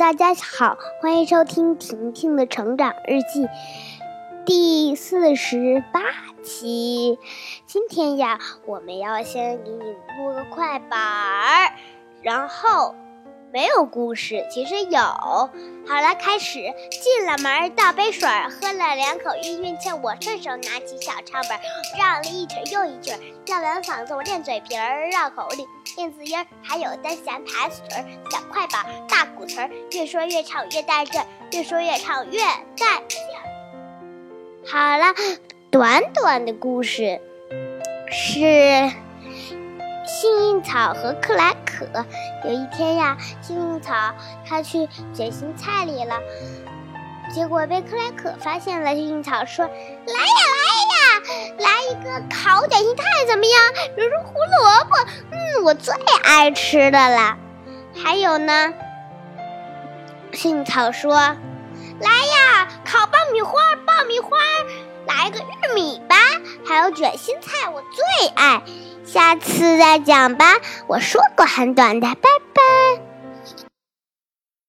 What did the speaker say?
大家好，欢迎收听婷婷的成长日记第48期。今天呀，我们要先给你录个快板儿，然后没有故事，其实有。好了，开始。进了门，倒杯水，喝了2口晕前，我顺手拿起小唱本，绕了一圈又一圈，练完嗓子我练嘴皮儿，绕口令，练字音，还有单弦排词儿，小快板，大鼓词儿，越说越唱越带劲，越说越唱越带劲。好了，短短的故事是幸运草和克莱可。有一天呀，幸运草他去卷心菜里了，结果被克莱可发现了。幸运草说：“来呀，来一个烤卷心菜怎么样？揉揉胡萝卜，我最爱吃的了。”还有呢，幸运草说：“来呀，烤爆米花，来个玉米吧，还有卷心菜，我最爱。”下次再讲吧，我说过很短的，拜拜。